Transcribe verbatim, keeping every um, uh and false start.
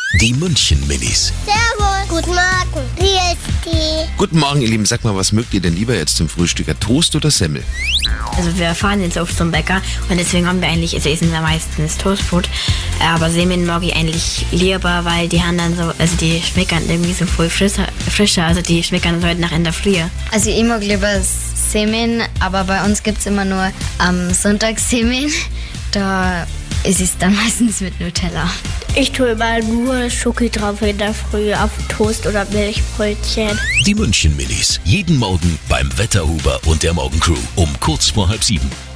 Die München-Minis. Servus. Guten Morgen. Wie ist die? Guten Morgen, ihr Lieben. Sag mal, was mögt ihr denn lieber jetzt zum Frühstück? Toast oder Semmel? Also wir fahren jetzt oft zum Bäcker und deswegen haben wir eigentlich, also essen wir meistens Toastbrot. Aber Semmeln mag ich eigentlich lieber, weil die haben dann so, also die schmecken irgendwie so voll frischer, frischer also die schmecken halt nach in der Früh. Also ich mag lieber Semmeln, aber bei uns gibt es immer nur am Sonntag Semmeln. Da ist es dann meistens mit Nutella. Ich tue immer nur Schoki drauf in der Früh auf Toast oder Milchbrötchen. Die München-Minis. Jeden Morgen beim Wetterhuber und der Morgencrew um kurz vor halb sieben.